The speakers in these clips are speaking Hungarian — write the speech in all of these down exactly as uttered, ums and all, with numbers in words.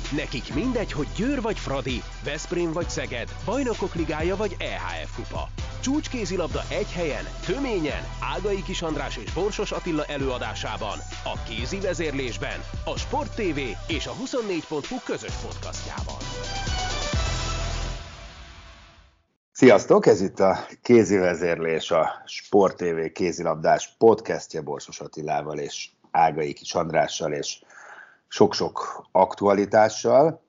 Nekik mindegy, hogy Győr vagy Fradi, Veszprém vagy Szeged, Bajnokok Ligája vagy é há ef Kupa. Csúcskézilabda egy helyen, töményen, Ágai Kis András és Borsos Attila előadásában, a kézi vezérlésben, a Sport té vé és a huszonnégy pont hu közös podcastjában. Sziasztok! Ez itt a Kézi Vezérlés, a Sport té vé kézilabdás podcastje Borsos Attilával és Ágai Kis Andrással és sok-sok aktualitással.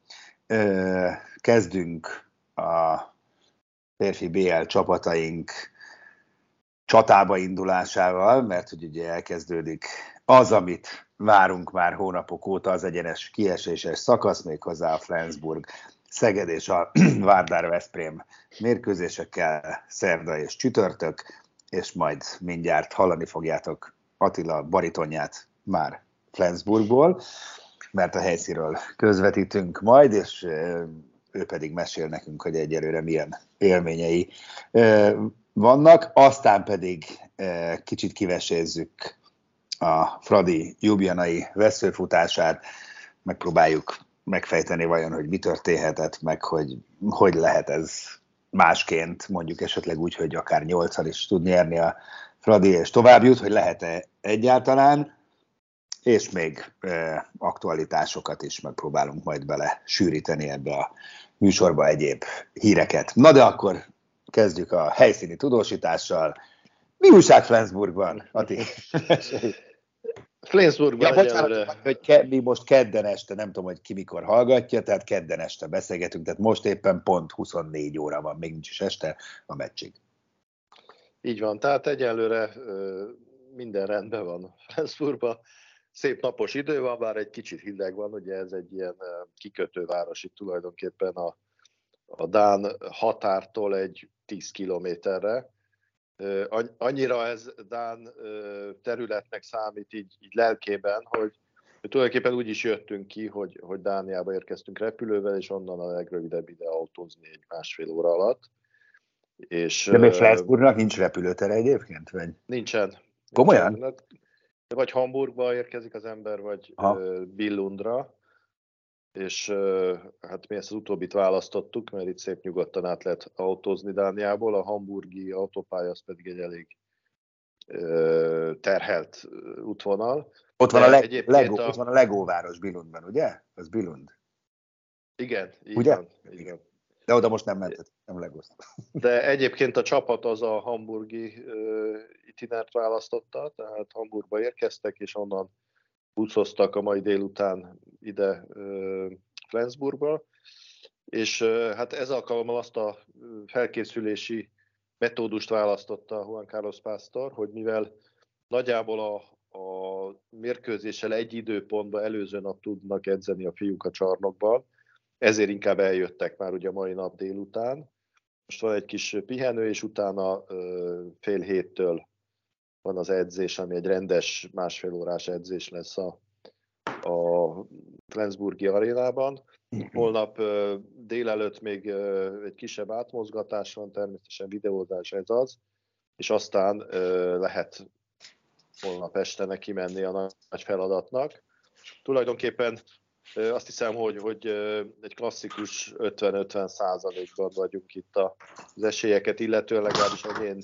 Kezdünk a férfi bé el csapataink csatába indulásával, mert hogy ugye elkezdődik az, amit várunk már hónapok óta, az egyenes kieséses szakasz, méghozzá a Flensburg, Szeged és a Vardar Veszprém mérkőzésekkel, szerda és csütörtök, és majd mindjárt hallani fogjátok Attila baritonját már Flensburgból, mert a helyszínről közvetítünk majd, és ő pedig mesél nekünk, hogy egyelőre milyen élményei vannak. Aztán pedig kicsit kivesézzük a Fradi Ljubljanai veszőfutását, megpróbáljuk megfejteni vajon, hogy mi történhetett, meg hogy hogy lehet ez másként, mondjuk esetleg úgy, hogy akár nyolccal is tud nyerni a Fradi, és tovább jut, hogy lehet-e egyáltalán, és még e, aktualitásokat is megpróbálunk majd bele sűríteni ebbe a műsorba, egyéb híreket. Na de akkor kezdjük a helyszíni tudósítással. Mi újság Flensburgban, Ati? Flensburgban ja, bocsánat, hogy ke, mi most kedden este, nem tudom, hogy ki mikor hallgatja, tehát kedden este beszélgetünk, tehát most éppen pont huszonnégy óra van, még nincs is este a meccsig. Így van, tehát egyelőre minden rendben van Flensburgban. Szép napos idő van, bár egy kicsit hideg van, ugye ez egy ilyen kikötőváros itt tulajdonképpen a, a dán határtól egy tíz kilométerre. Annyira ez dán területnek számít így, így lelkében, hogy tulajdonképpen úgy is jöttünk ki, hogy, hogy Dániába érkeztünk repülővel, és onnan a legrövidebb ide autózni egy másfél óra alatt. És, de még Flensburgnak nincs repülőtere egyébként? Vagy? Nincsen. Komolyan? Nincsen. Vagy Hamburgba érkezik az ember, vagy ha. Billundra. És hát mi ezt az utóbbit választottuk, mert itt szép nyugodtan át lehet autózni Dániából, a hamburgi autópálya az pedig egy elég terhelt útvonal. Ott van, a leg, Lego, a... ott van a Lego város Billundban, ugye? Ez Billund. Igen, így ugye? van. Így Igen. van. De oda most nem mentet, nem Legoztam. De egyébként a csapat az a hamburgi uh, itinert választotta, tehát Hamburgba érkeztek, és onnan buszoztak a mai délután ide uh, Flensburgba, és uh, hát ez alkalommal azt a felkészülési metódust választotta Juan Carlos Pastor, hogy mivel nagyjából a, a mérkőzéssel egy időpontban előző nap tudnak edzeni a fiúk a csarnokban, ezért inkább eljöttek már ugye a mai nap délután. Most van egy kis pihenő, és utána uh, fél héttől van az edzés, ami egy rendes másfél órás edzés lesz a, a Flensburgi arénában. Holnap uh, délelőtt még uh, egy kisebb átmozgatás van, természetesen videózás ez az, és aztán uh, lehet holnap este neki menni a nagy feladatnak. Tulajdonképpen uh, azt hiszem, hogy, hogy uh, egy klasszikus ötven-ötven százalékban vagyunk itt az esélyeket, illetően legalábbis, hogy én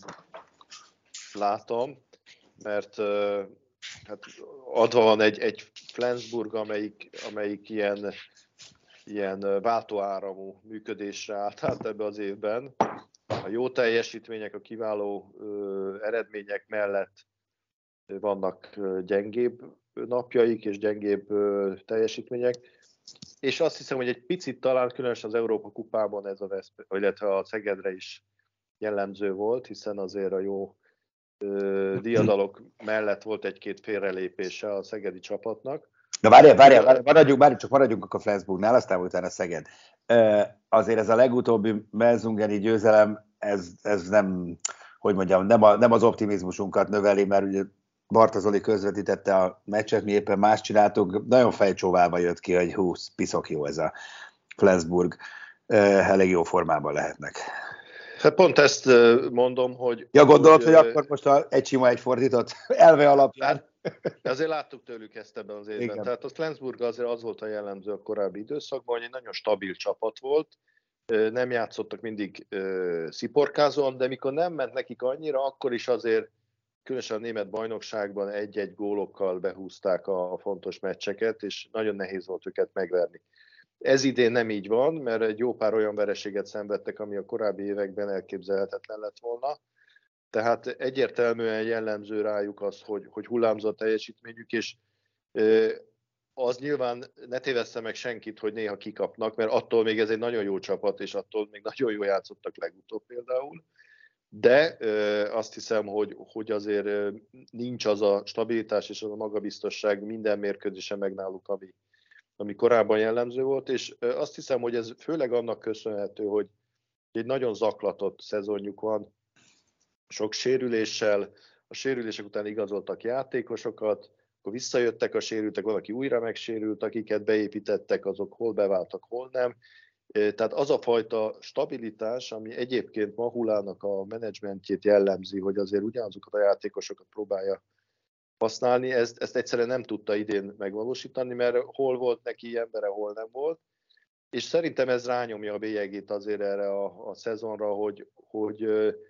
látom, mert hát adva van egy, egy Flensburg, amelyik, amelyik ilyen, ilyen váltóáramú működésre állt át ebbe az évben. A jó teljesítmények, a kiváló ö, eredmények mellett vannak gyengébb napjaik és gyengébb ö, teljesítmények. És azt hiszem, hogy egy picit talán különösen az Európa kupában ez a Veszp, illetve a Szegedre is jellemző volt, hiszen azért a jó diadalok mellett volt egy-két félrelépése a szegedi csapatnak. Na várjál, várjál, várjál maradjunk, várjunk, csak maradjunk a Flensburgnál, aztán utána Szeged. E, azért ez a legutóbbi Melsungeni győzelem, ez, ez nem, hogy mondjam, nem, a, nem az optimizmusunkat növeli, mert ugye Barta Zoli közvetítette a meccset, mi éppen más csináltuk, nagyon fejcsóválva jött ki, hogy hú, piszok jó ez a Flensburg, e, elég jó formában lehetnek. Hát pont ezt mondom, hogy... Ja, gondolod, hogy, hogy, hogy akkor most a egy sima, egy fordított elve alapján? Azért láttuk tőlük ezt ebben az évben. Igen. Tehát a Flensburg azért az volt a jellemző a korábbi időszakban, hogy egy nagyon stabil csapat volt, nem játszottak mindig sziporkázóan, de mikor nem ment nekik annyira, akkor is azért különösen a német bajnokságban egy-egy gólokkal behúzták a, a fontos meccseket, és nagyon nehéz volt őket megverni. Ez idén nem így van, mert egy jó pár olyan vereséget szenvedtek, ami a korábbi években elképzelhetetlen lett volna. Tehát egyértelműen jellemző rájuk az, hogy, hogy hullámzó a teljesítményük, és az nyilván ne tévessze meg senkit, hogy néha kikapnak, mert attól még ez egy nagyon jó csapat, és attól még nagyon jól játszottak legutóbb például. De azt hiszem, hogy, hogy azért nincs az a stabilitás és az a magabiztosság minden mérkőzésen meg náluk, ami, ami korábban jellemző volt, és azt hiszem, hogy ez főleg annak köszönhető, hogy egy nagyon zaklatott szezonjuk van, sok sérüléssel, a sérülések után igazoltak játékosokat, akkor visszajöttek a sérültek, valaki újra megsérült, akiket beépítettek, azok hol beváltak, hol nem. Tehát az a fajta stabilitás, ami egyébként Mahulának a menedzsmentjét jellemzi, hogy azért ugyanazokat a játékosokat próbálja használni, ezt, ezt egyszerűen nem tudta idén megvalósítani, mert hol volt neki embere, hol nem volt. És szerintem ez rányomja a bélyegét azért erre a, a szezonra, hogy, hogy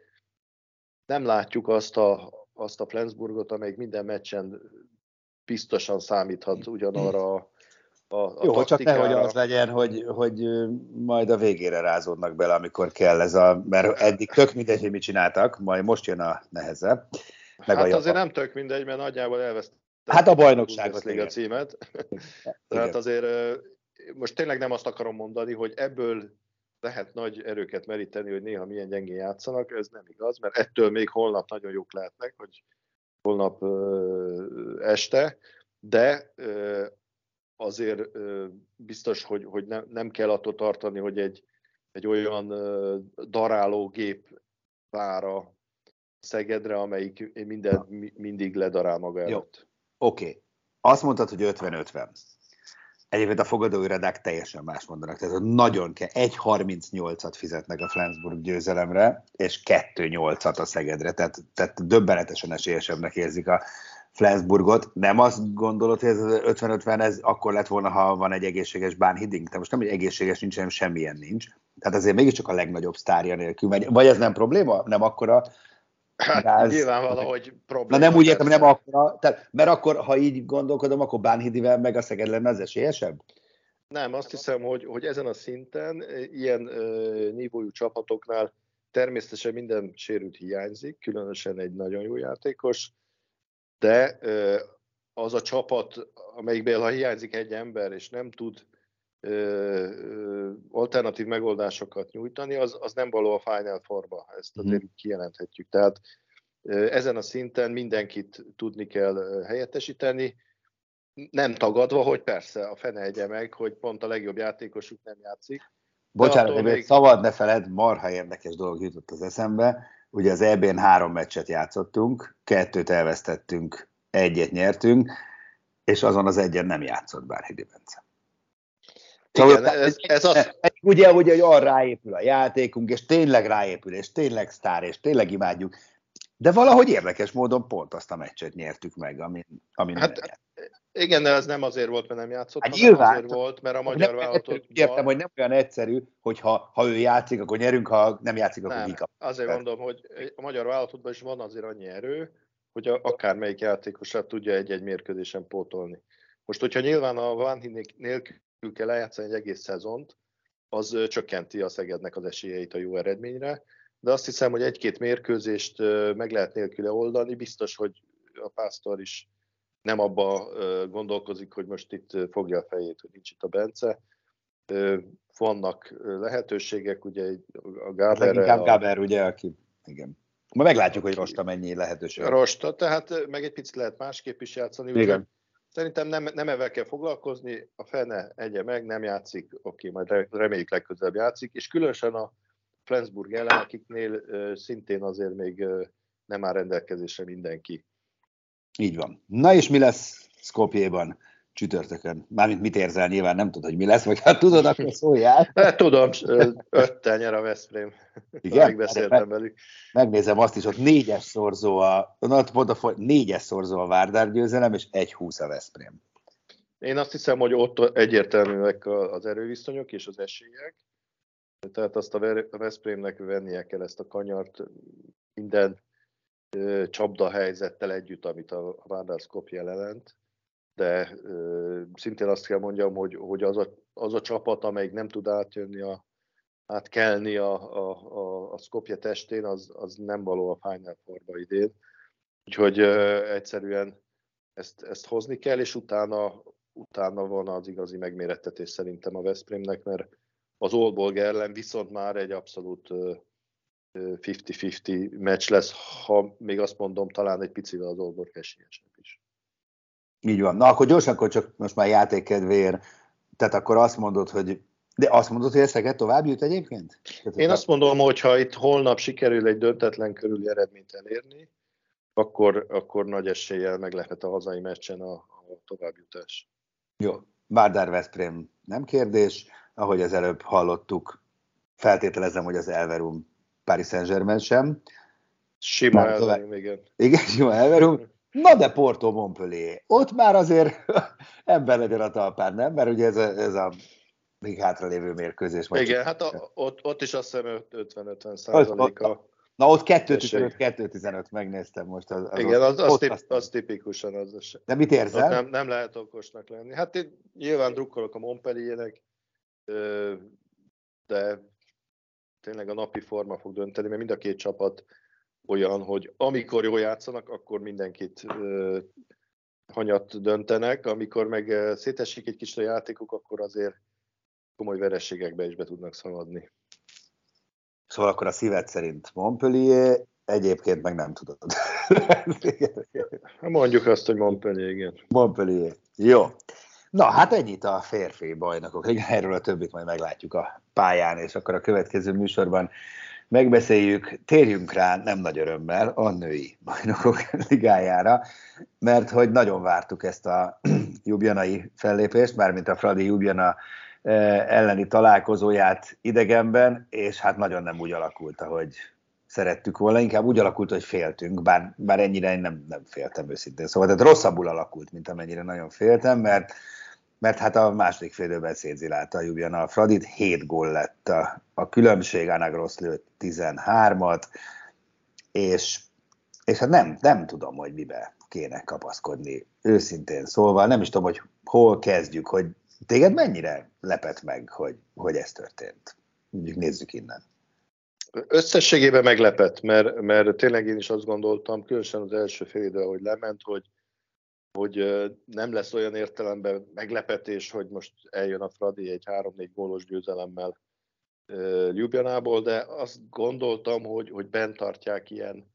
nem látjuk azt a, azt a Flensburgot, amelyik minden meccsen biztosan számíthat ugyanarra a, a, a Jó, taktikára. csak nehogy az legyen, hogy, hogy majd a végére rázódnak bele, amikor kell ez a... Mert eddig tök mindegy, hogy mit csináltak, majd most jön a nehezebb. Meg hát a azért nem tök mindegy, mert nagyjából elvesztettek hát a bajnokságot a címet. Tehát azért most tényleg nem azt akarom mondani, hogy ebből lehet nagy erőket meríteni, hogy néha milyen gyengén játszanak, ez nem igaz, mert ettől még holnap nagyon jók lehetnek, hogy holnap ö, este, de ö, azért ö, biztos, hogy, hogy ne, nem kell attól tartani, hogy egy, egy olyan ö, daráló gép vár a Szegedre, amelyik minden, mindig ledarál maga előtt. Oké. Okay. Azt mondtad, hogy ötven ötven. Egyébként a fogadóirodák teljesen más mondanak. Tehát nagyon kell. egy harmincnyolcat fizetnek a Flensburg győzelemre, és kettő nyolcat a Szegedre. Tehát, tehát döbbenetesen esélyesebbnek érzik a Flensburgot. Nem azt gondolod, hogy ez az ötven ötven ez akkor lett volna, ha van egy egészséges Bánhiding? Tehát most nem, hogy egészséges nincs, hanem semmilyen nincs. Tehát azért mégiscsak a legnagyobb sztárja nélkül megy. Vagy ez nem probléma? Nem akkora? Hát gáz... nyilvánvaló, hogy probléma. Na nem úgy értem, nem akkora, tehát, mert akkor, ha így gondolkodom, akkor Bánhidivel meg a Szeged lenne az esélyesebb? Nem, azt hiszem, hogy, hogy ezen a szinten, ilyen uh, nívójú csapatoknál természetesen minden sérült hiányzik, különösen egy nagyon jó játékos, de uh, az a csapat, amelyikből ha hiányzik egy ember, és nem tud uh, uh, alternatív megoldásokat nyújtani, az, az nem való a Final Fourba, ezt azért mm. kijelenthetjük. Tehát uh, ezen a szinten mindenkit tudni kell uh, helyettesíteni, nem tagadva, hogy persze, a fene egye meg, hogy pont a legjobb játékosuk nem játszik. Bocsánat, még... még szabad ne feled, marha érdekes dolog jutott az eszembe. Ugye az é bén három meccset játszottunk, kettőt elvesztettünk, egyet nyertünk, és azon az egyen nem játszott Bánhidi Bence. Igen, ez, ez az... Ugye, ugye, hogy arra ráépül a játékunk, és tényleg ráépül, és tényleg sztár, és tényleg imádjuk. De valahogy érdekes módon pont azt a meccset nyertük meg, amin, amin hát, nem igen, de ez nem azért volt, mert nem játszott, hát hanem nyilván, azért volt, mert a magyar vállalatot... Értem, hogy nem olyan egyszerű, hogy ha, ha ő játszik, akkor nyerünk, ha nem játszik, akkor kikap. Azért mondom, hogy a magyar vállalatotban is van azért annyi erő, hogy a, akármelyik játékosát tudja egy-egy mérkőzésen pótolni. Most, hogyha nyilván a Bánhidi nélkül kell lejátszani egy egész szezont, az csökkenti a Szegednek az esélyeit a jó eredményre, de azt hiszem, hogy egy-két mérkőzést meg lehet nélküle oldani, biztos, hogy a Pásztor is nem abba gondolkozik, hogy most itt fogja a fejét, hogy nincs itt a Bence. Vannak lehetőségek, ugye a Gáberre... Leginkább Gáber, ugye, aki... Igen. Ma meglátjuk, hogy Rosta mennyi lehetőség. Rosta, tehát meg egy picit lehet másképp is játszani. Igen. Szerintem nem, nem ezzel kell foglalkozni, a fene egye meg, nem játszik, oké, majd reméljük legközelebb játszik, és különösen a Flensburg ellen, akiknél szintén azért még nem áll rendelkezésre mindenki. Így van. Na és mi lesz Skopjéban? csütörtökön. Mármint mit érzel, nyilván nem tudod, hogy mi lesz, vagy ha tudod, akkor szóljál. Hát tudom, öttel nyer a Veszprém. Igen? Megbeszéltem velük. Megnézem azt is, ott négyes szorzó a, pont a négyes szorzó a Vardar győzelem, és egy húsz a Veszprém. Én azt hiszem, hogy ott egyértelműek az erőviszonyok és az esélyek. Tehát azt a Veszprémnek vennie kell ezt a kanyart minden csapda helyzettel együtt, amit a Vardar Skopje jelent. De ö, szintén azt kell mondjam, hogy, hogy az, a, az a csapat, amelyik nem tud átjönni, a, átkelni a, a, a, a Skopje testén, az, az nem való a Final Fourba idén. Úgyhogy ö, egyszerűen ezt, ezt hozni kell, és utána, utána van az igazi megmérettetés szerintem a Veszprémnek, mert az Aalborg ellen viszont már egy abszolút fifty-fifty meccs lesz, ha még azt mondom, talán egy picivel az Aalborg esélyesebb is. Így van. Na akkor gyorsan, akkor csak most már játékkedvéért, tehát akkor azt mondod, hogy de azt mondod, hogy ez Szeged tovább jut egyébként? Tehát Én azt mondom, hogy ha itt holnap sikerül egy döntetlen körüli eredményt elérni, akkor, akkor nagy eséllyel meg lehet a hazai meccsen a, a továbbjutás. Jó. Vardar Veszprém nem kérdés. Ahogy az előbb hallottuk, feltételezem, hogy az Elverum Paris Saint-Germain sem. Sima Elverum, igen. Igen, sima Elverum. Na de Porto Montpellier. Ott már azért ember legyen a talpán, nem? Mert ugye ez a, ez a még hátralévő mérkőzés. Igen, hát a, ott, ott is azt hiszem ötven-ötven százaléka. Na ott kettő tizenöt kettő tizenöt megnéztem most. Az, az igen, az, az, ott, tip, az, az tipikusan az. De mit érzel? Nem, nem lehet okosnak lenni. Hát én nyilván drukkolok a Montpelliernek, de tényleg a napi forma fog dönteni, mert mind a két csapat olyan, hogy amikor jól játszanak, akkor mindenkit uh, hanyat döntenek, amikor meg szétesik egy kicsit a játékuk, akkor azért komoly vereségekbe is be tudnak szaladni. Szóval akkor a szíved szerint Montpellier, egyébként meg nem tudod. Mondjuk azt, hogy Montpellier, igen. Montpellier. Jó. Na, hát ennyit a férfi bajnokok. Igen, erről a többit majd meglátjuk a pályán, és akkor a következő műsorban megbeszéljük, térjünk rá nem nagy örömmel a női bajnokok ligájára, mert hogy nagyon vártuk ezt a ljubljanai fellépést, mármint a Fradi Ljubljana elleni találkozóját idegenben, és hát nagyon nem úgy alakult, ahogy szerettük volna, inkább úgy alakult, hogy féltünk, bár, bár ennyire én nem, nem féltem őszintén. Szóval tehát rosszabbul alakult, mint amennyire nagyon féltem, mert, mert hát a második fél időben szétzilálta a Ljubljana a Fradit, hét gól lett a, a különbség, Anna Gross lőtt tizenhármat, és, és hát nem, nem tudom, hogy mibe kéne kapaszkodni. Őszintén szólva, nem is tudom, hogy hol kezdjük, hogy téged mennyire lepett meg, hogy, hogy ez történt? Mondjuk nézzük innen. Összességében meglepett, mert, mert tényleg én is azt gondoltam, különösen az első fél idő, hogy lement, hogy, hogy nem lesz olyan értelemben meglepetés, hogy most eljön a Fradi egy három-négy gólos győzelemmel Ljubljanából, de azt gondoltam, hogy, hogy bent tartják ilyen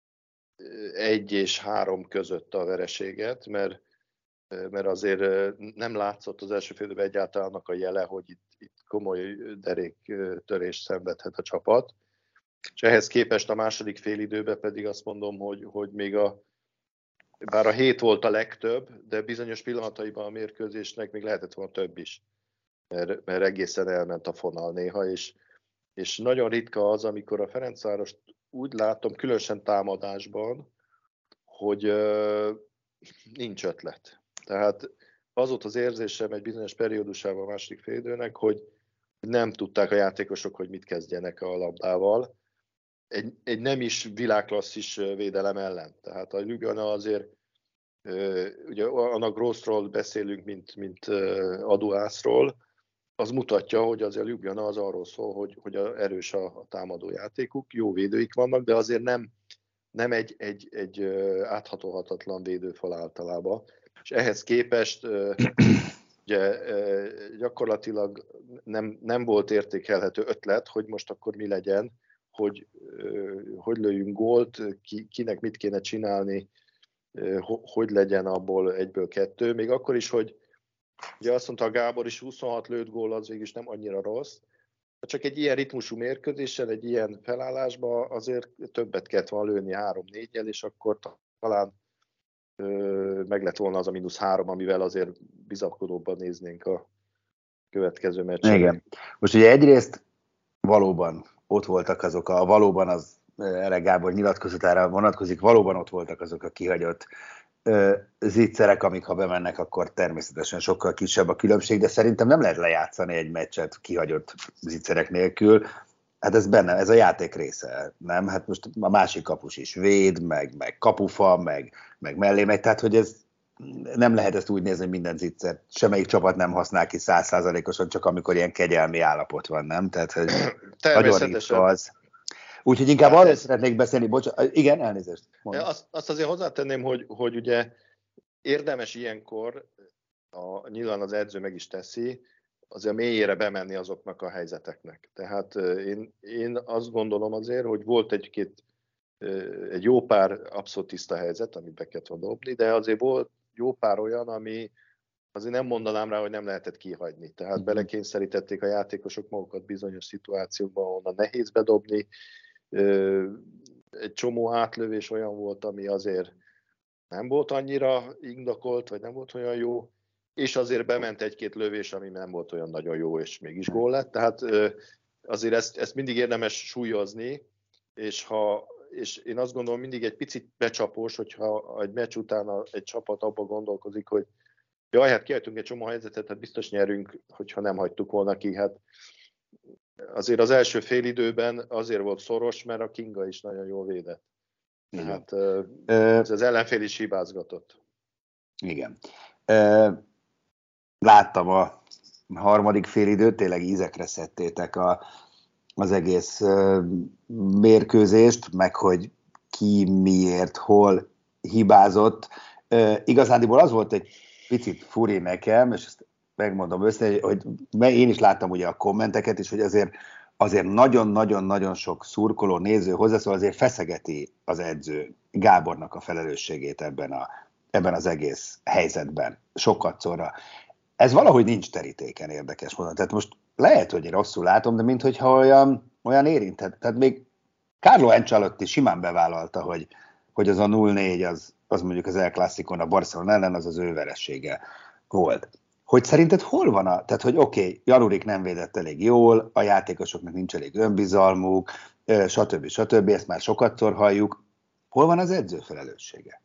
egy és három között a vereséget, mert, mert azért nem látszott az első fél időben egyáltalán annak a jele, hogy itt, itt komoly deréktörést szenvedhet a csapat. És ehhez képest a második fél időben pedig azt mondom, hogy, hogy még a, bár a hét volt a legtöbb, de bizonyos pillanataiban a mérkőzésnek még lehetett volna több is, mert, mert egészen elment a fonal néha, és, és nagyon ritka az, amikor a Ferencvárost úgy látom, különösen támadásban, hogy uh, nincs ötlet. Tehát az volt az érzésem egy bizonyos periódusában a második fél időnek, hogy nem tudták a játékosok, hogy mit kezdjenek a labdával. Egy, egy nem is világklasszis védelem ellen. Tehát a Ljubljana azért, ugye Anna Grossról beszélünk, mint, mint Aduászról, az mutatja, hogy azért a Ljubljana az arról szól, hogy, hogy a, erős a, a támadó játékuk, jó védőik vannak, de azért nem, nem egy, egy, egy áthatolhatatlan védőfal általában. És ehhez képest ugye, gyakorlatilag nem, nem volt értékelhető ötlet, hogy most akkor mi legyen, hogy hogy lőjünk gólt, ki, kinek mit kéne csinálni, hogy legyen abból egyből kettő. Még akkor is, hogy ugye azt mondta a Gábor is, huszonhat lőtt gól az végig is nem annyira rossz. Csak egy ilyen ritmusú mérkőzéssel, egy ilyen felállásban azért többet kellett volna lőni három-négyel, és akkor talán meg lett volna az a mínusz három, amivel azért bizakodóbban néznénk a következő meccsre. Igen. Most ugye egyrészt valóban ott voltak azok, a valóban az erre Gábor nyilatkozatára vonatkozik, valóban ott voltak azok a kihagyott ö, zicserek, amik ha bemennek, akkor természetesen sokkal kisebb a különbség, de szerintem nem lehet lejátszani egy meccset kihagyott zicserek nélkül. Hát ez benne, ez a játék része, nem? Hát most a másik kapus is véd, meg, meg kapufa, meg, meg mellé megy, tehát hogy ez nem lehet ezt úgy nézni, hogy minden zicser, semmelyik csapat nem használ ki száz százalékosan, csak amikor ilyen kegyelmi állapot van, nem? Tehát, hogy nagyon ritka az. Úgyhogy inkább arról ez... szeretnék beszélni, bocsánat, igen, elnézést. Azt, azt azért hozzátenném, hogy, hogy ugye érdemes ilyenkor, a, nyilván az edző meg is teszi, azért mélyére bemenni azoknak a helyzeteknek. Tehát én, én azt gondolom azért, hogy volt egy-két, egy jó pár abszolút tiszta helyzet, amit be kellett volna dobni, de azért volt jó pár olyan, ami azért nem mondanám rá, hogy nem lehetett kihagyni. Tehát mm-hmm. belekényszerítették a játékosok magukat bizonyos szituációkban, ahonnan nehéz bedobni. Egy csomó átlövés olyan volt, ami azért nem volt annyira indokolt, vagy nem volt olyan jó, és azért bement egy-két lövés, ami nem volt olyan nagyon jó, és mégis gól lett. Tehát azért ezt, ezt mindig érdemes súlyozni, és, ha, és én azt gondolom mindig egy picit becsapós, hogyha egy meccs után egy csapat abban gondolkozik, hogy jaj, hát kihagytunk egy csomó helyzetet, hát biztos nyerünk, hogyha nem hagytuk volna ki. Hát azért az első fél időben azért volt szoros, mert a Kinga is nagyon jól védett. Tehát ez az ellenfél is hibázgatott. Igen. Láttam a harmadik félidőt, tényleg ízekre szedtétek a, az egész mérkőzést, meg hogy ki miért, hol hibázott. Igazándiból az volt egy picit furi nekem, és ezt megmondom össze, hogy én is láttam ugye a kommenteket is, hogy azért azért nagyon-nagyon-nagyon sok szurkoló, néző hozzászól, azért feszegeti az edző Gábornak a felelősségét ebben, a, ebben az egész helyzetben, sokatszorra. Ez valahogy nincs terítéken, érdekes módon. Tehát most lehet, hogy én rosszul látom, de minthogyha olyan, olyan érintett. Tehát még Carlo Ancelotti simán bevállalta, hogy, hogy az a nulla négy, az, az mondjuk az El Clasicón a Barcelona ellen, az az ő veresége volt. Hogy szerinted hol van a... Tehát, hogy oké, okay, Janurik nem védett elég jól, a játékosoknak nincs elég önbizalmuk, stb. stb. Ezt már sokatszor halljuk. Hol van az edző felelőssége?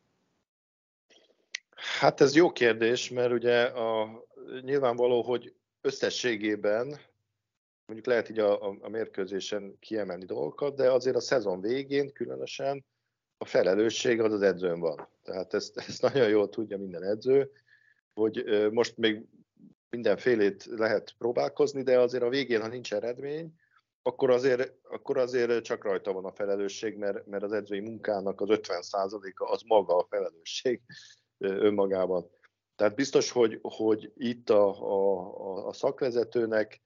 Hát ez jó kérdés, mert ugye a, nyilvánvaló, hogy összességében mondjuk lehet így a, a, a mérkőzésen kiemelni dolgokat, de azért a szezon végén különösen a felelősség az az edzőn van. Tehát ezt, ezt nagyon jól tudja minden edző, hogy most még mindenfélét lehet próbálkozni, de azért a végén, ha nincs eredmény, akkor azért, akkor azért csak rajta van a felelősség, mert, mert az edzői munkának az ötven százaléka az maga a felelősség önmagában. Tehát biztos, hogy, hogy itt a, a, a szakvezetőnek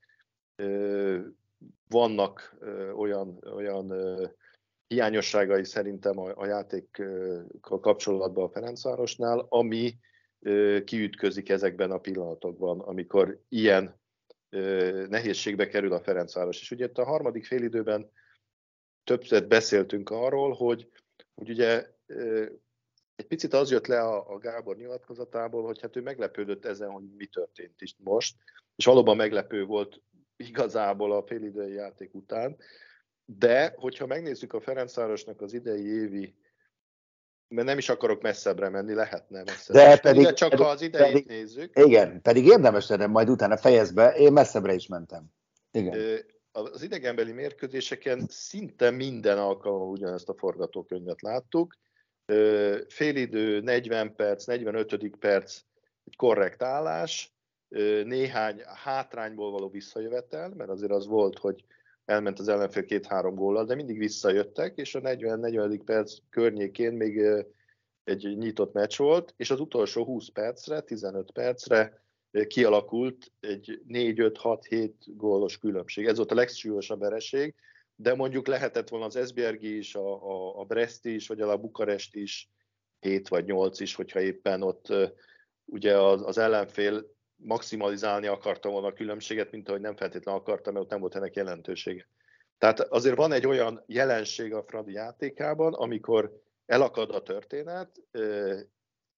vannak olyan, olyan hiányosságai szerintem a, a játékkal kapcsolatban a Ferencvárosnál, ami kiütközik ezekben a pillanatokban, amikor ilyen nehézségbe kerül a Ferencváros. És ugye itt a harmadik félidőben többször beszéltünk arról, hogy, hogy ugye egy picit az jött le a, a Gábor nyilatkozatából, hogy hát ő meglepődött ezen, hogy mi történt is most, és valóban meglepő volt igazából a félidői játék után, de hogyha megnézzük a Ferencvárosnak az idei évi, mert nem is akarok messzebbre menni, lehetne messzebbre. De pedig, de csak pedig, ha az idejét pedig, nézzük. Igen, pedig érdemes lenne, majd utána fejezd be, én messzebbre is mentem. Igen. Az idegenbeli mérkőzéseken szinte minden alkalommal ugyanezt a forgatókönyvet láttuk. Félidő, negyven perc, negyvenötödik perc, egy korrekt állás, néhány hátrányból való visszajövetel, mert azért az volt, hogy elment az ellenfél két-három góllal, de mindig visszajöttek, és a negyven-negyvenedik perc környékén még egy nyitott meccs volt, és az utolsó húsz percre, tizenöt percre kialakult egy négy-öt-hat-hét gólos különbség. Ez volt a legsúlyosabb vereség, de mondjuk lehetett volna az Esbjergi is, a, a, a Brest is, vagy a Bukarest is, hét vagy nyolc is, hogyha éppen ott ugye az, az ellenfél maximalizálni akarta volna a különbséget, mint ahogy nem feltétlenül akarta, mert ott nem volt ennek jelentősége. Tehát azért van egy olyan jelenség a Fradi játékában, amikor elakad a történet,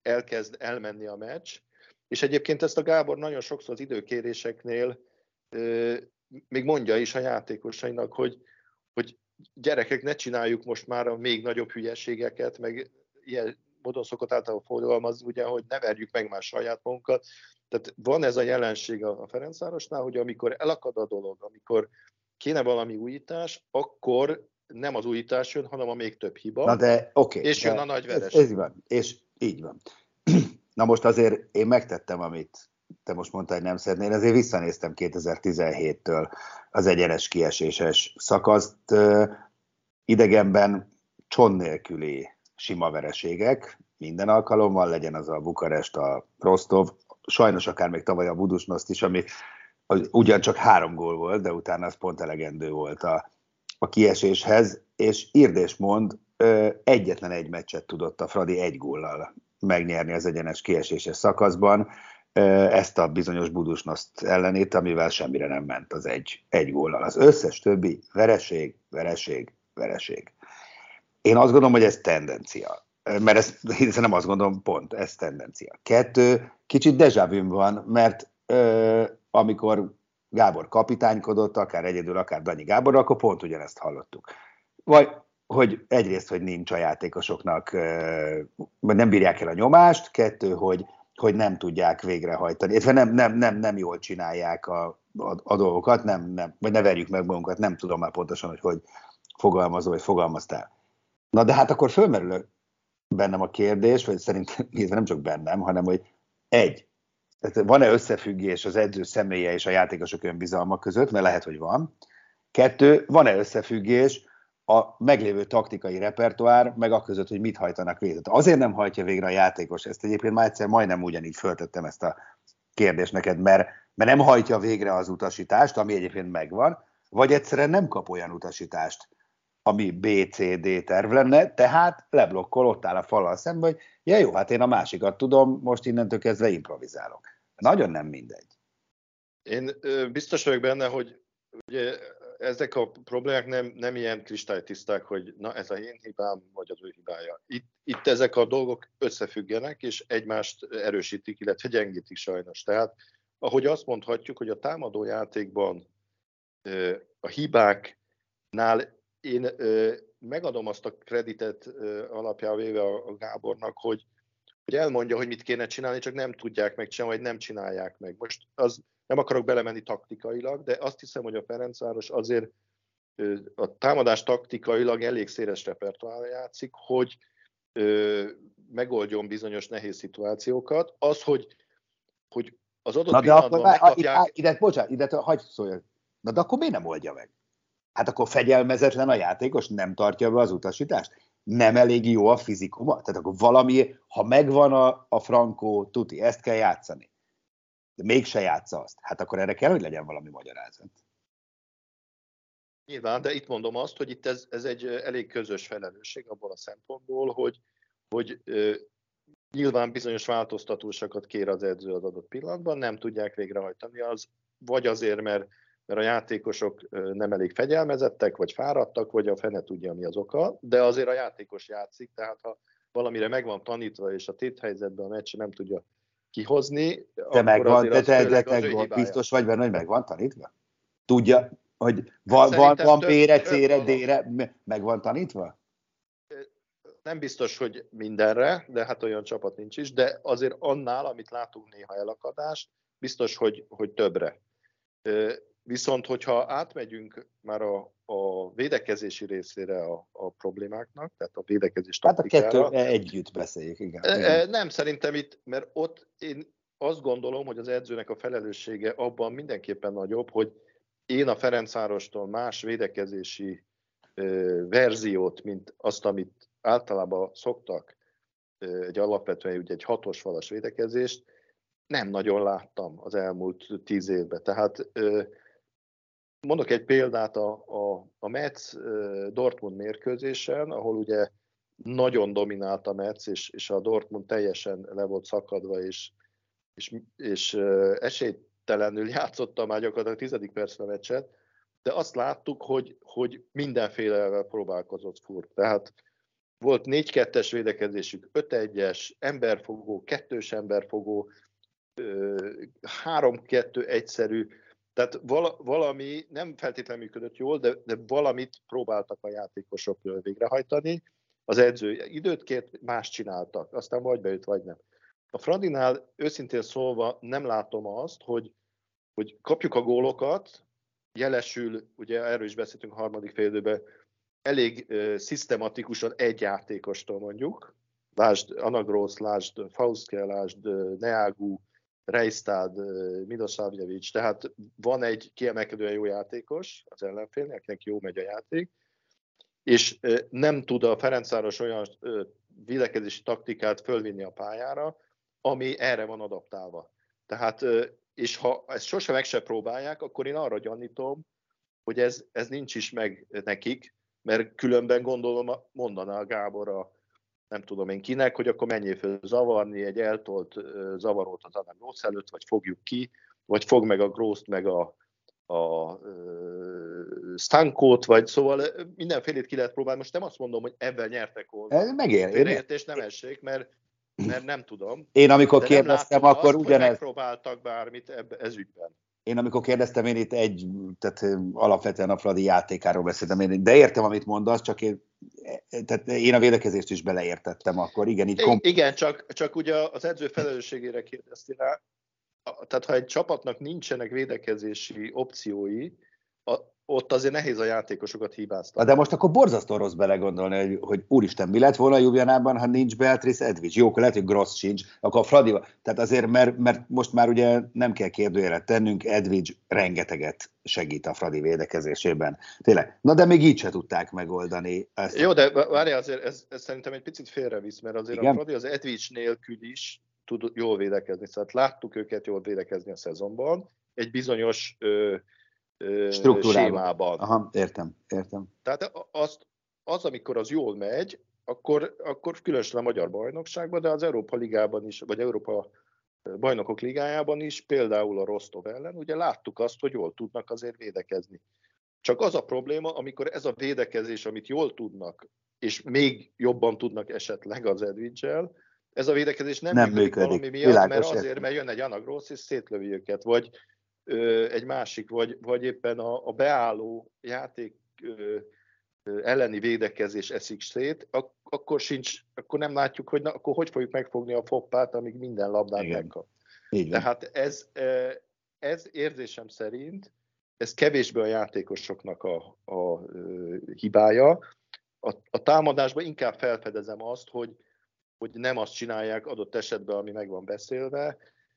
elkezd elmenni a meccs, és egyébként ezt a Gábor nagyon sokszor az időkéréseknél euh, még mondja is a játékosainak, hogy, hogy gyerekek, ne csináljuk most már a még nagyobb hülyeségeket, meg ilyen módon szokott általában fogalmazni, ugye, hogy ne verjük meg már saját magunkat. Tehát van ez a jelenség a Ferencvárosnál, hogy amikor elakad a dolog, amikor kéne valami újítás, akkor nem az újítás jön, hanem a még több hiba. Na de oké. Okay, és jön a nagy vereség. Ez, ez van, és így van. Na most azért én megtettem, amit te most mondtad, hogy nem szeretnél, én azért visszanéztem kétezer-tizenhéttől az egyenes kieséses szakaszt. Idegenben cson nélküli sima vereségek, minden alkalommal, legyen az a Bukarest, a Rostov, sajnos akár még tavaly a Budućnost is, ami ugyancsak három gól volt, de utána az pont elegendő volt a, a kieséshez, és írd és mond, egyetlen egy meccset tudott a Fradi egy góllal megnyerni az egyenes kieséses szakaszban, ezt a bizonyos Budućnost ellenét, amivel semmire nem ment az egy, egy góllal. Az összes többi vereség, vereség, vereség. Én azt gondolom, hogy ez tendencia. Mert ez, hiszen nem azt gondolom, pont, ez tendencia. Kettő, kicsit déjà vu van, mert ö, amikor Gábor kapitánykodott, akár egyedül, akár Danyi Gábor, akkor pont ugyanezt hallottuk. Vagy, hogy egyrészt, hogy nincs a játékosoknak, ö, nem bírják el a nyomást, kettő, hogy, hogy nem tudják végrehajtani, illetve nem, nem, nem, nem jól csinálják a, a, a dolgokat, nem, nem, vagy ne verjük meg magunkat, nem tudom már pontosan, hogy hogy fogalmazol, vagy fogalmaztál. Na de hát akkor fölmerül bennem a kérdés, vagy szerintem nem csak bennem, hanem hogy egy, van-e összefüggés az edző személye és a játékosok önbizalma között, mert lehet, hogy van. Kettő, van-e összefüggés a meglévő taktikai repertoár, meg a között, hogy mit hajtanak végre. Azért nem hajtja végre a játékos, ezt egyébként már egyszer majdnem ugyanígy föltettem ezt a kérdést neked, mert, mert nem hajtja végre az utasítást, ami egyébként megvan, vagy egyszerűen nem kap olyan utasítást, ami B C D terv lenne, tehát leblokkol, ott áll a fallal szemben, hogy ja jó, hát én a másikat tudom, most innentől kezdve improvizálok. Nagyon nem mindegy. Én biztos vagyok benne, hogy ugye ezek a problémák nem, nem ilyen kristálytiszták, hogy na ez a én hibám, vagy az ő hibája. Itt, itt ezek a dolgok összefüggenek, és egymást erősítik, illetve gyengítik sajnos. Tehát, ahogy azt mondhatjuk, hogy a támadó játékban a hibáknál én ö, megadom azt a kreditet ö, alapján véve a, a Gábornak, hogy, hogy elmondja, hogy mit kéne csinálni, csak nem tudják megcsinálni, vagy nem csinálják meg. Most az, nem akarok belemenni taktikailag, de azt hiszem, hogy a Ferencváros azért ö, a támadás taktikailag elég széles repertoárra játszik, hogy ö, megoldjon bizonyos nehéz szituációkat. Az, hogy, hogy az adott Na de pillanatban akkor, megkapják... Ide, ide, bocsánat, ide hagyj szólj. Na de akkor miért nem oldja meg? Hát akkor fegyelmezetlen a játékos, nem tartja be az utasítást? Nem elég jó a fizikuma? Tehát akkor valami, ha megvan a, a frankó tuti, ezt kell játszani, de mégse játsza azt, hát akkor erre kell, hogy legyen valami magyarázat. Nyilván, de itt mondom azt, hogy itt ez, ez egy elég közös felelősség abból a szempontból, hogy, hogy ö, nyilván bizonyos változtatósokat kér az edző az adott pillanatban, nem tudják végrehajtani, az vagy azért, mert mert a játékosok nem elég fegyelmezettek, vagy fáradtak, vagy a fene tudja, mi az oka, de azért a játékos játszik, tehát ha valamire meg van tanítva, és a téthelyzetben a meccs nem tudja kihozni, de akkor megvan, azért de az te, főleg te, az ő te hibája. biztos vagy benne, hogy meg van tanítva? Tudja, hogy van, van, van B-re, C-re, D-re, meg van tanítva? Nem biztos, hogy mindenre, de hát olyan csapat nincs is, de azért annál, amit látunk néha elakadást, biztos, hogy, hogy többre. Viszont, hogyha átmegyünk már a, a védekezési részére a, a problémáknak, tehát a védekezés taktikára. Hát a kettő együtt beszéljük, igen. igen. Nem, szerintem itt, mert ott én azt gondolom, hogy az edzőnek a felelőssége abban mindenképpen nagyobb, hogy én a Ferencvárostól más védekezési ö, verziót, mint azt, amit általában szoktak, ö, egy alapvetően ugye egy hatos falas védekezést, nem nagyon láttam az elmúlt tíz évben. Tehát ö, mondok egy példát a, a, a Metz Dortmund mérkőzésen, ahol ugye nagyon dominált a Metz, és, és a Dortmund teljesen le volt szakadva, és, és, és esélytelenül játszotta már gyakorlatilag a tizedik percben a meccset, de azt láttuk, hogy, hogy mindenfélevel próbálkozott Furt. Tehát volt négy kettes védekezésük, öt egyes, emberfogó, kettős emberfogó, három kettő egyszerű, tehát valami nem feltétlenül működött jól, de, de valamit próbáltak a játékosok végrehajtani. Az edző időt kért, más csináltak, aztán vagy bejött, vagy nem. A Fradinál őszintén szólva nem látom azt, hogy, hogy kapjuk a gólokat, jelesül, ugye erről is beszéltünk a harmadik félidőben, elég uh, szisztematikusan egy játékostól mondjuk, lásd Anagrósz, lásd Fauszke, lásd uh, Neagu, Reistad, uh, Milosavljevic, tehát van egy kiemelkedően jó játékos az ellenfélnek, akinek jó megy a játék, és uh, nem tud a Ferencváros olyan uh, védekezési taktikát fölvinni a pályára, ami erre van adaptálva. Tehát, uh, és ha ezt sose meg se próbálják, akkor én arra gyanítom, hogy ez, ez nincs is meg nekik, mert különben gondolom mondaná a Gábor a nem tudom én kinek, hogy akkor menjél föl zavarni, egy eltolt zavarót az Adam Grósz előtt, vagy fogjuk ki, vagy fog meg a Grószt, meg a, a, a Stankót, vagy szóval mindenfélét ki lehet próbálni. Most nem azt mondom, hogy ebben nyertek volna. Megér, Félreértés nem essék, mert, mert nem tudom. Én amikor kérdeztem, akkor azt, ugyanez... megpróbáltak bármit ebbe, ez ügyben. Én amikor kérdeztem, én itt egy, tehát alapvetően a Fradi játékáról beszéltem, én, de értem, amit mondasz, csak én, tehát én a védekezést is beleértettem akkor, igen, így komp- Igen, csak, csak ugye az edző felelősségére kérdeztél rá, tehát ha egy csapatnak nincsenek védekezési opciói, a, ott azért nehéz a játékosokat hibáztatni. De most akkor borzasztó rossz belegondolni, hogy, hogy úristen, mi lett volna a Ljubljanában, ha nincs Beatrice Edvics? Jó, akkor lehet, hogy Gross sincs, akkor a Fradiba. Tehát azért, mert, mert most már ugye nem kell kérdőjelet tennünk, Edvics rengeteget segít a Fradi védekezésében. Tényleg. Na de még így se tudták megoldani ezt. Jó, de várjál, azért ez, ez szerintem egy picit félrevisz, mert azért igen? a Fradi az Edvics nélkül is tud jól védekezni. Szóval láttuk őket jól védekezni a szezonban. Egy bizonyos ö, sémában. Aha, értem, értem. Tehát az, az, amikor az jól megy, akkor, akkor különösen a Magyar Bajnokságban, de az Európa Ligában is, vagy Európa Bajnokok Ligájában is, például a Rostov ellen, ugye láttuk azt, hogy jól tudnak azért védekezni. Csak az a probléma, amikor ez a védekezés, amit jól tudnak, és még jobban tudnak esetleg az Edvicsel, ez a védekezés nem, nem működik, működik valami miatt, Világos mert azért, mert jön egy Anagrósz és szétlövi őket, vagy ö, egy másik, vagy, vagy éppen a, a beálló játék ö, ö, elleni védekezés eszik szét, ak- akkor sincs, akkor nem látjuk, hogy na, akkor hogy fogjuk megfogni a foppát, amíg minden labdát megkap. Tehát ez, ez érzésem szerint, ez kevésbé a játékosoknak a, a, a hibája. A, a támadásban inkább felfedezem azt, hogy hogy nem azt csinálják adott esetben, ami meg van beszélve.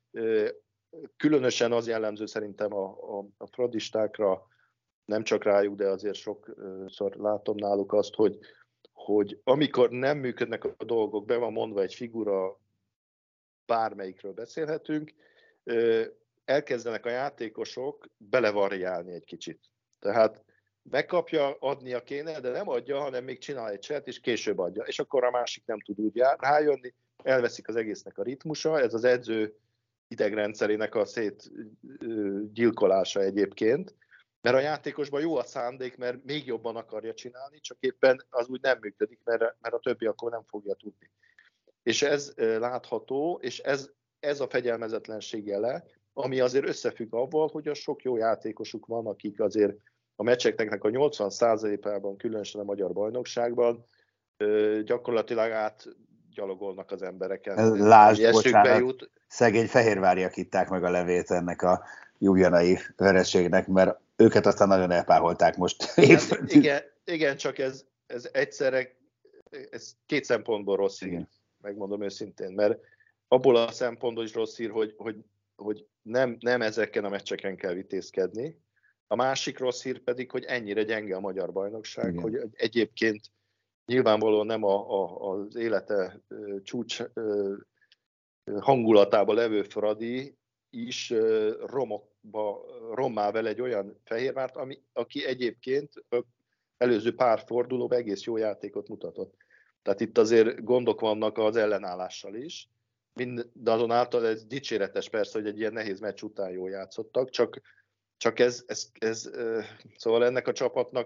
Különösen az jellemző szerintem a, a, a fradistákra, nem csak rájuk, de azért sokszor látom náluk azt, hogy, hogy amikor nem működnek a dolgok, be van mondva egy figura, bármelyikről beszélhetünk, elkezdenek a játékosok belevariálni egy kicsit. Tehát megkapja, adnia kéne, de nem adja, hanem még csinál egy cselt, és később adja. És akkor a másik nem tud úgy rájönni, elveszik az egésznek a ritmusa, ez az edző idegrendszerének a szétgyilkolása egyébként, mert a játékosban jó a szándék, mert még jobban akarja csinálni, csak éppen az úgy nem működik, mert, mert a többi akkor nem fogja tudni. És ez látható, és ez, ez a fegyelmezetlenség jele, ami azért összefügg avval, hogy a sok jó játékosuk van, akik azért a meccseknek a nyolcvan százalékában, különösen a Magyar Bajnokságban gyakorlatilag átgyalogolnak az embereken. Lásd, bocsánat, jut. Szegény fehérváriak itták meg a levét ennek a ljubljanai vereségnek, mert őket aztán nagyon elpárolták most. Hát, igen, igen, csak ez, ez egyszerre, ez két szempontból rossz hír, igen. Megmondom őszintén, mert abból a szempontból is rossz hír, hogy, hogy, hogy nem, nem ezeken a meccseken kell vitézkedni. A másik rossz hír pedig, hogy ennyire gyenge a Magyar Bajnokság, igen. Hogy egyébként nyilvánvalóan nem a, a, az élete uh, csúcs uh, hangulatában levő Fradi is uh, romokba rommá vele egy olyan Fehérvárt, ami, aki egyébként előző pár fordulóban egész jó játékot mutatott. Tehát itt azért gondok vannak az ellenállással is. Mindazonáltal ez dicséretes persze, hogy egy ilyen nehéz meccs után jól játszottak, csak Csak ez, ez, ez, szóval ennek a csapatnak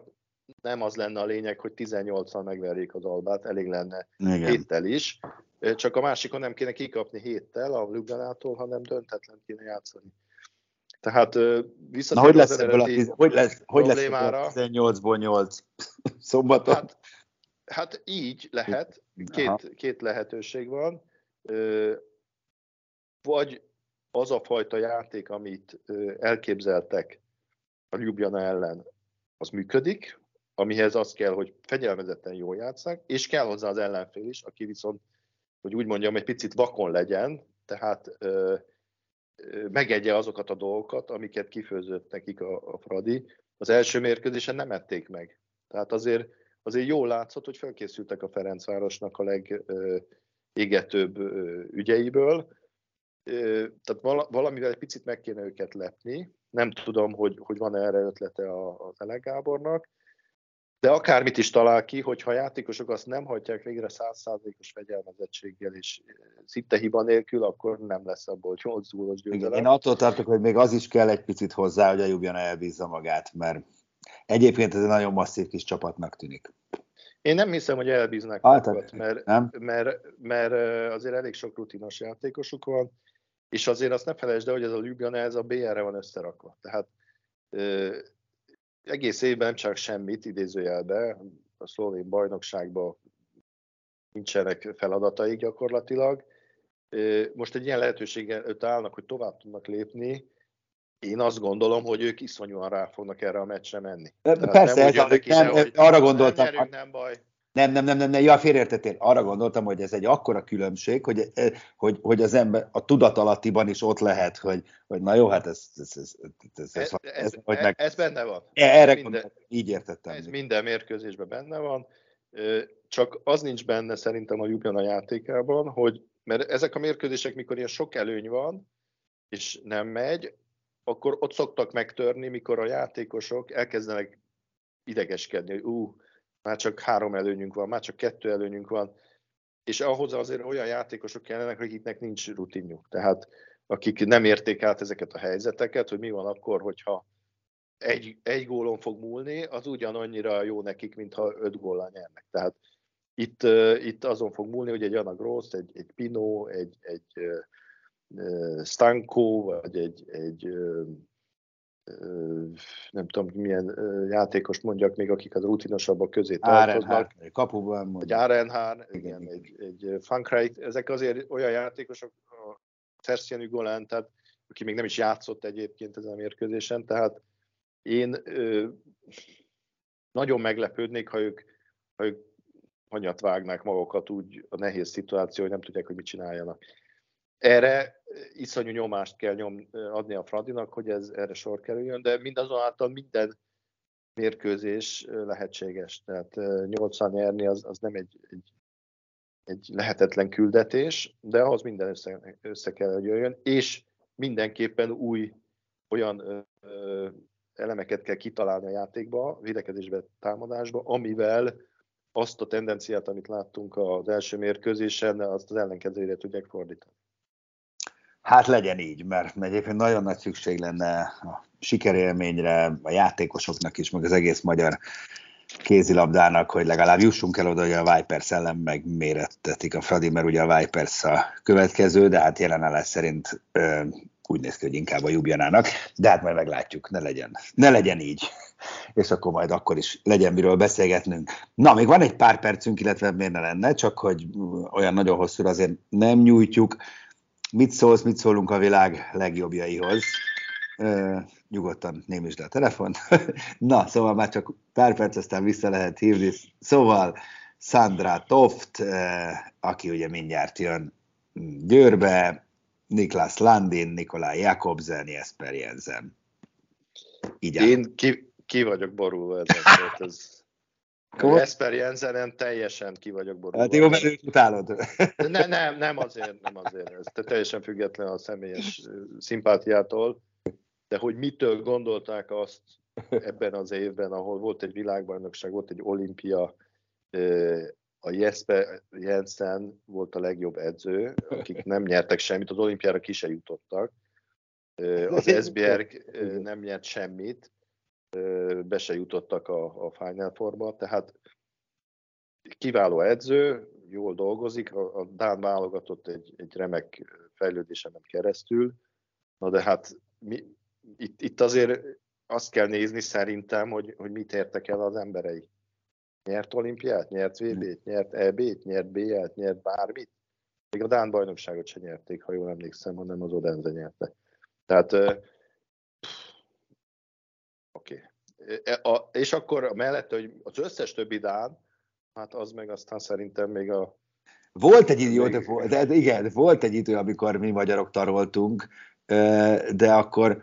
nem az lenne a lényeg, hogy tizennyolccal megverjék az Albát, elég lenne Igen. héttel is. Csak a másikon nem kéne kikapni héttel a Ljubljanától, hanem döntetlen kéne játszani. Tehát visszatérve az eredeti tiz... hogy lesz, hogy problémára. Lesz tizennyolcból nyolc szombaton? Hát, hát így lehet, két, két lehetőség van. Vagy az a fajta játék, amit elképzeltek a Ljubljana ellen, az működik, amihez az kell, hogy fegyelmezetten jól játsszák, és kell hozzá az ellenfél is, aki viszont, hogy úgy mondjam, egy picit vakon legyen, tehát ö, ö, megegye azokat a dolgokat, amiket kifőzött nekik a, a Fradi. Az első mérkőzésen nem ették meg. Tehát azért, azért jól látszott, hogy felkészültek a Ferencvárosnak a legégetőbb ügyeiből. Ö, tehát vala, valamivel egy picit meg kéne őket lepni. Nem tudom, hogy, hogy van-e erre ötlete az Elek Gábornak. De akármit is talál ki, hogyha a játékosok azt nem hagyják végre száz százalékos fegyelmezettséggel és szinte hiba nélkül, akkor nem lesz abból nyolc gólos győzelem. Én attól tartok, hogy még az is kell egy picit hozzá, hogy a Ljubljana elbízza magát, mert egyébként ez egy nagyon masszív kis csapatnak tűnik. Én nem hiszem, hogy elbíznak ah, magukat, mert, mert, mert azért elég sok rutinos játékosuk van, és azért azt ne felejtsd el, hogy ez a Ljubljana, ez a bé er-re van összerakva. Tehát egész évben nem csak semmit, idézőjelben, a szlovén bajnokságban nincsenek feladataik gyakorlatilag. Most egy ilyen lehetőséggel állnak, hogy tovább tudnak lépni. Én azt gondolom, hogy ők iszonyúan rá fognak erre a meccsre menni. Persze, ez a, nem, ide, arra gondoltam. Nem nyerünk, nem baj. Nem, nem, nem, nem, nem, ja, félreértettél. Arra gondoltam, hogy ez egy akkora különbség, hogy, hogy, hogy az ember a tudatalattiban is ott lehet, hogy, hogy na jó, hát ez, ez, ez, ez, ez, ez, ez, hogy ez, meg... ez benne van. Erre minden, gondoltam, így értettem. Ez minden mérkőzésben benne van, csak az nincs benne szerintem a Ljubljana játékában, hogy mert ezek a mérkőzések, mikor ilyen sok előny van, és nem megy, akkor ott szoktak megtörni, mikor a játékosok elkezdenek idegeskedni, hogy ú, már csak három előnyünk van, már csak kettő előnyünk van, és ahhoz azért olyan játékosok kellenek, akiknek nincs rutinjuk. Tehát akik nem érték át ezeket a helyzeteket, hogy mi van akkor, hogyha egy, egy gólon fog múlni, az ugyanannyira jó nekik, mintha öt góllal nyernek. Tehát itt, uh, itt azon fog múlni, hogy egy Anna Gross, egy, egy Pino, egy, egy uh, Stanko, vagy egy, egy uh, nem tudom, milyen játékost mondjak még, akik az rutinosabbak közé tartoznak. Kapuban mondjuk. Egy Arenhár, igen, igen, egy, egy Fankreit, ezek azért olyan játékosok, a Szerszjenű Golán, tehát aki még nem is játszott egyébként ezen a mérkőzésen, tehát én ö, nagyon meglepődnék, ha ők, ha ők hanyat vágnák magukat úgy a nehéz szituáció, hogy nem tudják, hogy mit csináljanak. Erre iszonyú nyomást kell nyom, adni a Fradinak, hogy ez erre sor kerüljön, de mindazonáltal minden mérkőzés lehetséges. Tehát nyolcszor nyerni az, az nem egy, egy, egy lehetetlen küldetés, de ahhoz minden össze, össze kell, hogy jöjjön, és mindenképpen új olyan ö, elemeket kell kitalálni a játékba, védekezésbe, támadásba, amivel azt a tendenciát, amit láttunk az első mérkőzésen, azt az ellenkezőjére tudják fordítani. Hát legyen így, mert egyébként nagyon nagy szükség lenne a sikerélményre, a játékosoknak is, meg az egész magyar kézilabdának, hogy legalább jussunk el oda, hogy a Vipers ellen megmérettetik a Fradi, mert ugye a Vipers a következő, de hát jelenállás szerint ö, úgy néz ki, hogy inkább a Ljubjanának, de hát majd meglátjuk, ne legyen, ne legyen így, és akkor majd akkor is legyen miről beszélgetnünk. Na, még van egy pár percünk, illetve miért ne lenne, csak hogy olyan nagyon hosszúra azért nem nyújtjuk. Mit szólsz, mit szólunk a világ legjobbjaihoz? Uh, nyugodtan némítsd a telefon. Na, szóval már csak pár perc, aztán vissza lehet hívni. Szóval Sandra Toft, uh, aki ugye mindjárt jön Győrbe, Niklas Landin, Nikolaj Jakobsen, Jesper Jensen. Így Én ki, ki vagyok borulva ezen. Ez... Jesper Jensenen teljesen ki vagyok borulva. Hát jó, mert őt utálod. Ne, nem, nem azért, nem azért. Ez teljesen független a személyes szimpátiától, de hogy mitől gondolták azt ebben az évben, ahol volt egy világbajnokság, volt egy olimpia, a Jesper Jensen volt a legjobb edző, akik nem nyertek semmit, az olimpiára ki se jutottak. Az es bé er nem nyert semmit, be se jutottak a, a Final Fourba, tehát kiváló edző, jól dolgozik, a, a dán válogatott egy, egy remek fejlődésen ment keresztül, na de hát mi, itt, itt azért azt kell nézni szerintem, hogy, hogy mit értek el az emberei. Nyert olimpiát, nyert vé bét, nyert é bét, nyert bé el-t, nyert bármit. Még a dán bajnokságot sem nyerték, ha jól emlékszem, hanem az Odense nyerte. Tehát oké. Okay. És akkor mellett, hogy az összes többi dán, hát az meg aztán szerintem még a... Volt egy idő, még... de, de igen, volt egy idő, amikor mi magyarok taroltunk, de akkor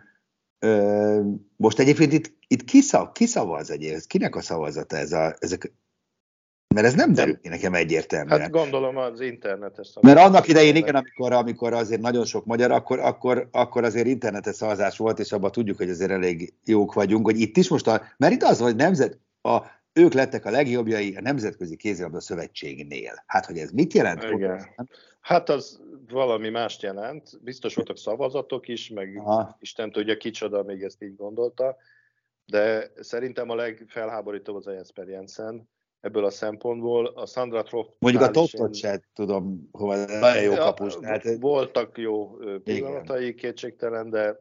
most egyébként itt, itt kiszav, kiszavaz egyébként, kinek a szavazata ez a, ezek, mert ez nem derül ki nekem egyértelműen. Hát gondolom az internetes szavazás. Mert annak idején igen, amikor, amikor azért nagyon sok magyar, akkor, akkor, akkor azért internetes szavazás volt, és abban tudjuk, hogy azért elég jók vagyunk, hogy itt is most, a, mert itt az, hogy nemzet, a, ők lettek a legjobbjai a Nemzetközi Kézilabda Szövetségnél. Hát, hogy ez mit jelent? Igen. Hát az valami mást jelent. Biztos voltak szavazatok is, meg Aha. Isten tudja kicsoda még ezt így gondolta, de szerintem a legfelháborítóbb az a Jesper Jensen ebből a szempontból. A Sandra Troft... Mondjuk a Toftot se tudom, hova nagyon jó kapus. Tehát... Voltak jó pillanatai, kétségtelen, de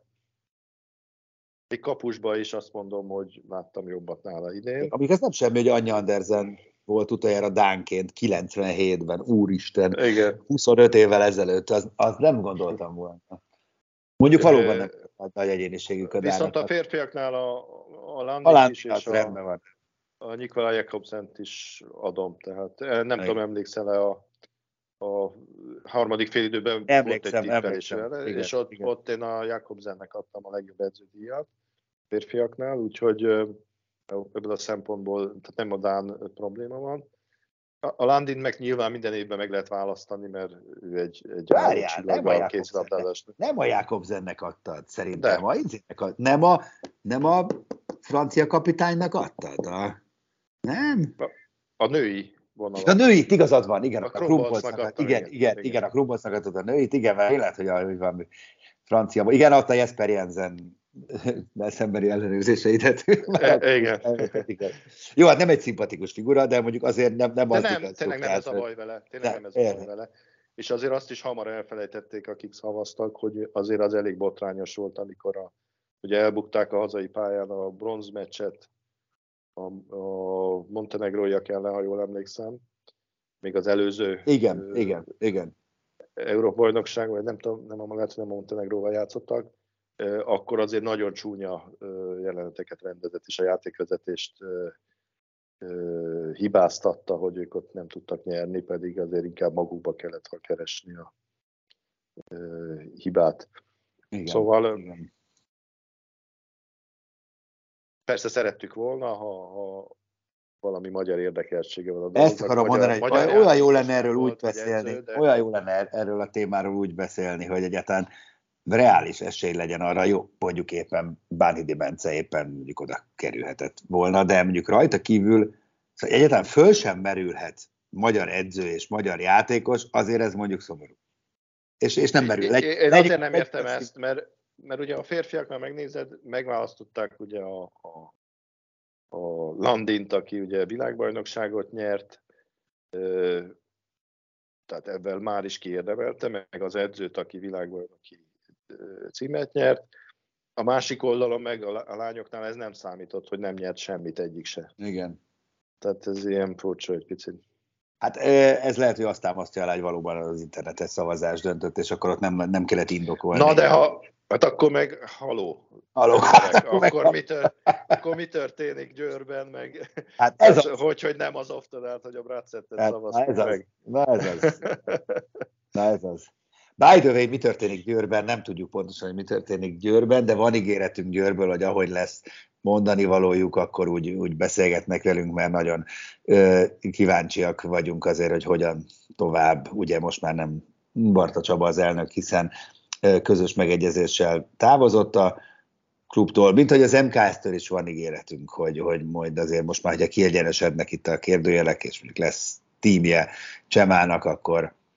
egy kapusba is azt mondom, hogy láttam jobbat nála idén. Amíg ez nem semmi, hogy Anja Andersen volt utoljára dánként kilencvenhétben, úristen, igen. huszonöt évvel ezelőtt, az, az nem gondoltam volna. Mondjuk valóban nem nagy egyéniségük a dánok. Viszont a férfiaknál a, a Landin is, és a, van. a Nikolaj Jakobsent is adom, tehát nem igen. tudom, emlékszel-e a, a harmadik félidőben emlékszem, volt egy tippelés vele, és ott, ott én a Jakobsennek adtam a legjobb edződíjat férfiaknál, úgyhogy ebből a szempontból tehát nem a dán probléma van. A Landin meg nyilván minden évben meg lehet választani, mert ő egy, egy Várjál, nem, a nem a Jakobsennek adtad, szerintem. A, a, nem, a, nem a francia kapitánynak adtad? A, nem? A, a női vonalat. A nőit, igazad van, igen. A, a Krumbolcnak adtam. Igen, igen, igen, igen, a Krumbolcnak adtad a nőit, igen, mert lehet, hogy, hogy van francia. Igen, adta Jesper Jensen szembeni ellenőrzéseidet. E, igen. igen. Jó, hát nem egy szimpatikus figura, de mondjuk azért nem, nem de az. Nem, tényleg nem ez a baj vele. Tényleg nem, nem ez a baj vele. És azért azt is hamar elfelejtették, akik szavaztak, hogy azért az elég botrányos volt, amikor a, ugye elbukták a hazai pályán a bronzmeccset a, a montenegróiak ellen, ha jól emlékszem. Még az előző... Igen, ö, igen, igen. Európa-bajnokság, vagy nem tudom, nem, lehet, hogy nem a Montenegróval játszottak, akkor azért nagyon csúnya jeleneteket rendezett, és a játékvezetést hibáztatta, hogy ők ott nem tudtak nyerni, pedig azért inkább magukba kellett ha keresni a hibát. Igen, szóval igen. Persze szerettük volna, ha, ha valami magyar érdekeltsége van a dolognak. Ezt akarom magyar, mondani, hogy magyar olyan jó lenne erről úgy beszélni, edző, de... olyan jó lenne erről a témáról úgy beszélni, hogy egyáltalán reális esély legyen arra, jó, mondjuk éppen Bánhidi Bence éppen mondjuk oda kerülhetett volna, de mondjuk rajta kívül szóval egyáltalán föl sem merülhet magyar edző és magyar játékos, azért ez mondjuk szomorú. És, és nem merül. Én, én azért nem értem ezt, mert, mert ugye a férfiaknál megnézed, megválasztották ugye a, a, a Landint, aki ugye világbajnokságot nyert, tehát ebben már is kiérdemelte, meg az edzőt, aki világbajnoki címet nyert. A másik oldalon meg a lányoknál ez nem számított, hogy nem nyert semmit egyik se. Igen. Tehát ez ilyen furcsa egy picit. Hát ez lehet, hogy azt támasztja alá, hogy valóban az internetes szavazás döntött, és akkor ott nem, nem kellett indokolni. Na de ha, hát akkor meg haló. haló. Akkor, mi tör, akkor mi történik Győrben, meg hát ez az, hogy, hogy nem az Oftadált, hogy a Bratszettet hát, szavaztuk meg. Na ez az. Na ez az. By the way, mi történik Győrben, nem tudjuk pontosan, hogy mi történik Győrben, de van ígéretünk Győrből, hogy ahogy lesz mondani valójuk, akkor úgy, úgy beszélgetnek velünk, mert nagyon ö, kíváncsiak vagyunk azért, hogy hogyan tovább. Ugye most már nem Barta Csaba az elnök, hiszen ö, közös megegyezéssel távozott a klubtól, mint hogy az em ká es-től is van ígéretünk, hogy, hogy majd azért most már, hogyha kiegyenesednek itt a kérdőjelek, és lesz tímje Csemának, akkor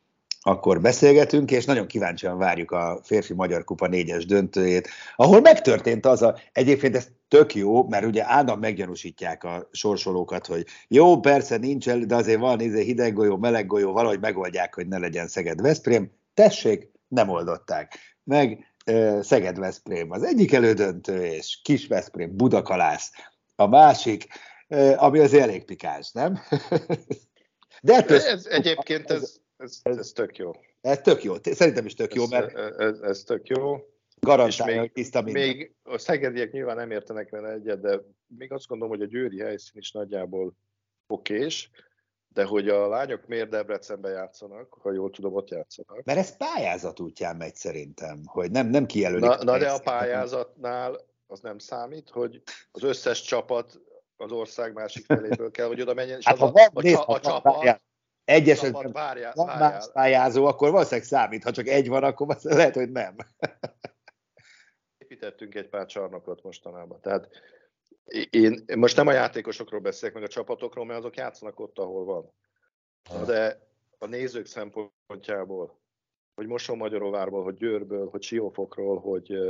akkor beszélgetünk, és nagyon kíváncsian várjuk a férfi Magyar Kupa négyes döntőjét, ahol megtörtént az a, egyébként ez tök jó, mert ugye állandóan meggyanúsítják a sorsolókat, hogy jó, persze nincs el, de azért van izé, hideg golyó, meleg golyó, valahogy megoldják, hogy ne legyen Szeged-Veszprém. Tessék, nem oldották meg. Szeged-Veszprém az egyik elődöntő, és Kis-Veszprém, Budakalász a másik, ami azért elég pikáns, nem? De ettől, ez, egyébként ez, ez, ez, ez tök jó. Ez tök jó, szerintem is tök jó, ez, mert ez, ez tök jó. Garantálja, hogy tiszta minden. Még a szegediek nyilván nem értenek vele egyet, de még azt gondolom, hogy a győri helyszín is nagyjából okés, de hogy a lányok miért Debrecenben játszanak, ha jól tudom, ott játszanak. Mert ez pályázat útján megy szerintem, hogy nem, nem kijelölik. Na, na de a pályázatnál az nem számít, hogy az összes csapat az ország másik feléből kell, hogy oda menjen, és hát, az a, van, a, nézd, a, a csapat, egy esetben várjál, van várjál. Más pályázó, akkor valószínűleg számít, ha csak egy van, akkor lehet, hogy nem. Építettünk egy pár csarnokot mostanában, tehát én most nem a játékosokról beszélek, meg a csapatokról, mert azok játszanak ott, ahol van. De a nézők szempontjából, hogy Mosonmagyaróvárból, hogy Győrből, hogy Siófokról, hogy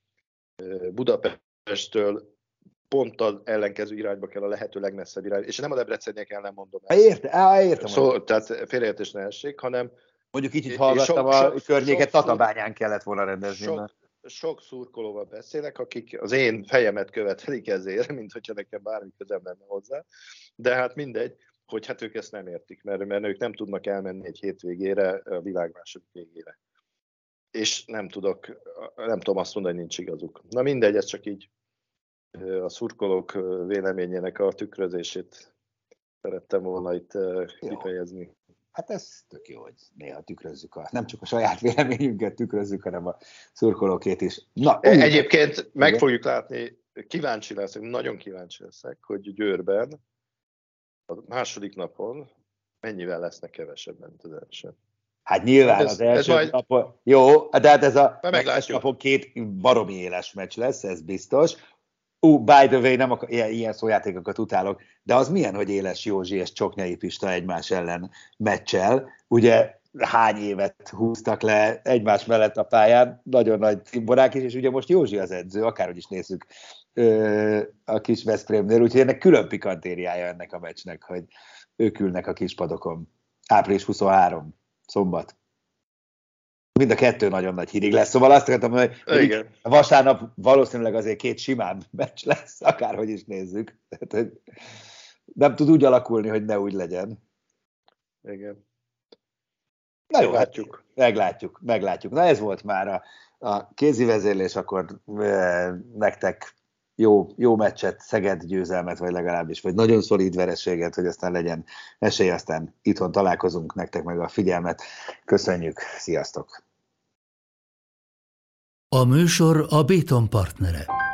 Budapesttől pont az ellenkező irányba kell a lehető legmesszebb irányba. És nem a debreceniek ellen mondom ezt. Értem, értem. Szó, tehát félreértés ne essék, hanem... Mondjuk kicsit hallgattam, a sok, környéket sok, Tatabányán kellett volna rendezni. Sok, sok szurkolóval beszélek, akik az én fejemet követelik ezért, mint hogyha nekem bármi közem lenne hozzá. De hát mindegy, hogy hát ők ezt nem értik, mert, mert ők nem tudnak elmenni egy hétvégére, a világ második végére. És nem tudok, nem tudom azt mondani, hogy nincs igazuk. Na mindegy, ez csak így a szurkolók véleményének a tükrözését szerettem volna itt kifejezni. Hát ez tök jó, hogy néha tükrözzük, a, nem csak a saját véleményünket tükrözzük, hanem a szurkolókét is. Na, Egyébként úgy, meg fogjuk látni, kíváncsi leszek, nagyon kíváncsi leszek, hogy Győrben a második napon mennyivel lesznek kevesebben, mint az első. Hát nyilván ez, az első majd... napon, jó, de hát ez a első napon két baromi éles meccs lesz, ez biztos. Uh, by the way, nem akar, ilyen, ilyen szójátékokat utálok, de az milyen, hogy Éles Józsi és Csoknyai Pista egymás ellen meccsel. Ugye hány évet húztak le egymás mellett a pályán, nagyon nagy cimborák is, és ugye most Józsi az edző, akárhogy is nézzük a kis Veszprémnél, úgyhogy ennek külön pikantériája ennek a meccsnek, hogy ők ülnek a kispadokon. április huszonharmadika, szombat. Mind a kettő nagyon nagy hírig lesz, szóval azt akartam, hogy igen. Vasárnap valószínűleg azért két simán meccs lesz, akárhogy is nézzük. Tehát, nem tud úgy alakulni, hogy ne úgy legyen. Igen. Na jó, meglátjuk. Hát, meglátjuk, meglátjuk. Na ez volt már a, a kézi vezérlés, akkor e, nektek jó, jó meccset, Szeged győzelmet, vagy legalábbis, vagy nagyon szolid vereséget, hogy aztán legyen esély, aztán itthon találkozunk, nektek meg a figyelmet. Köszönjük, sziasztok! A műsor a Béton partnere.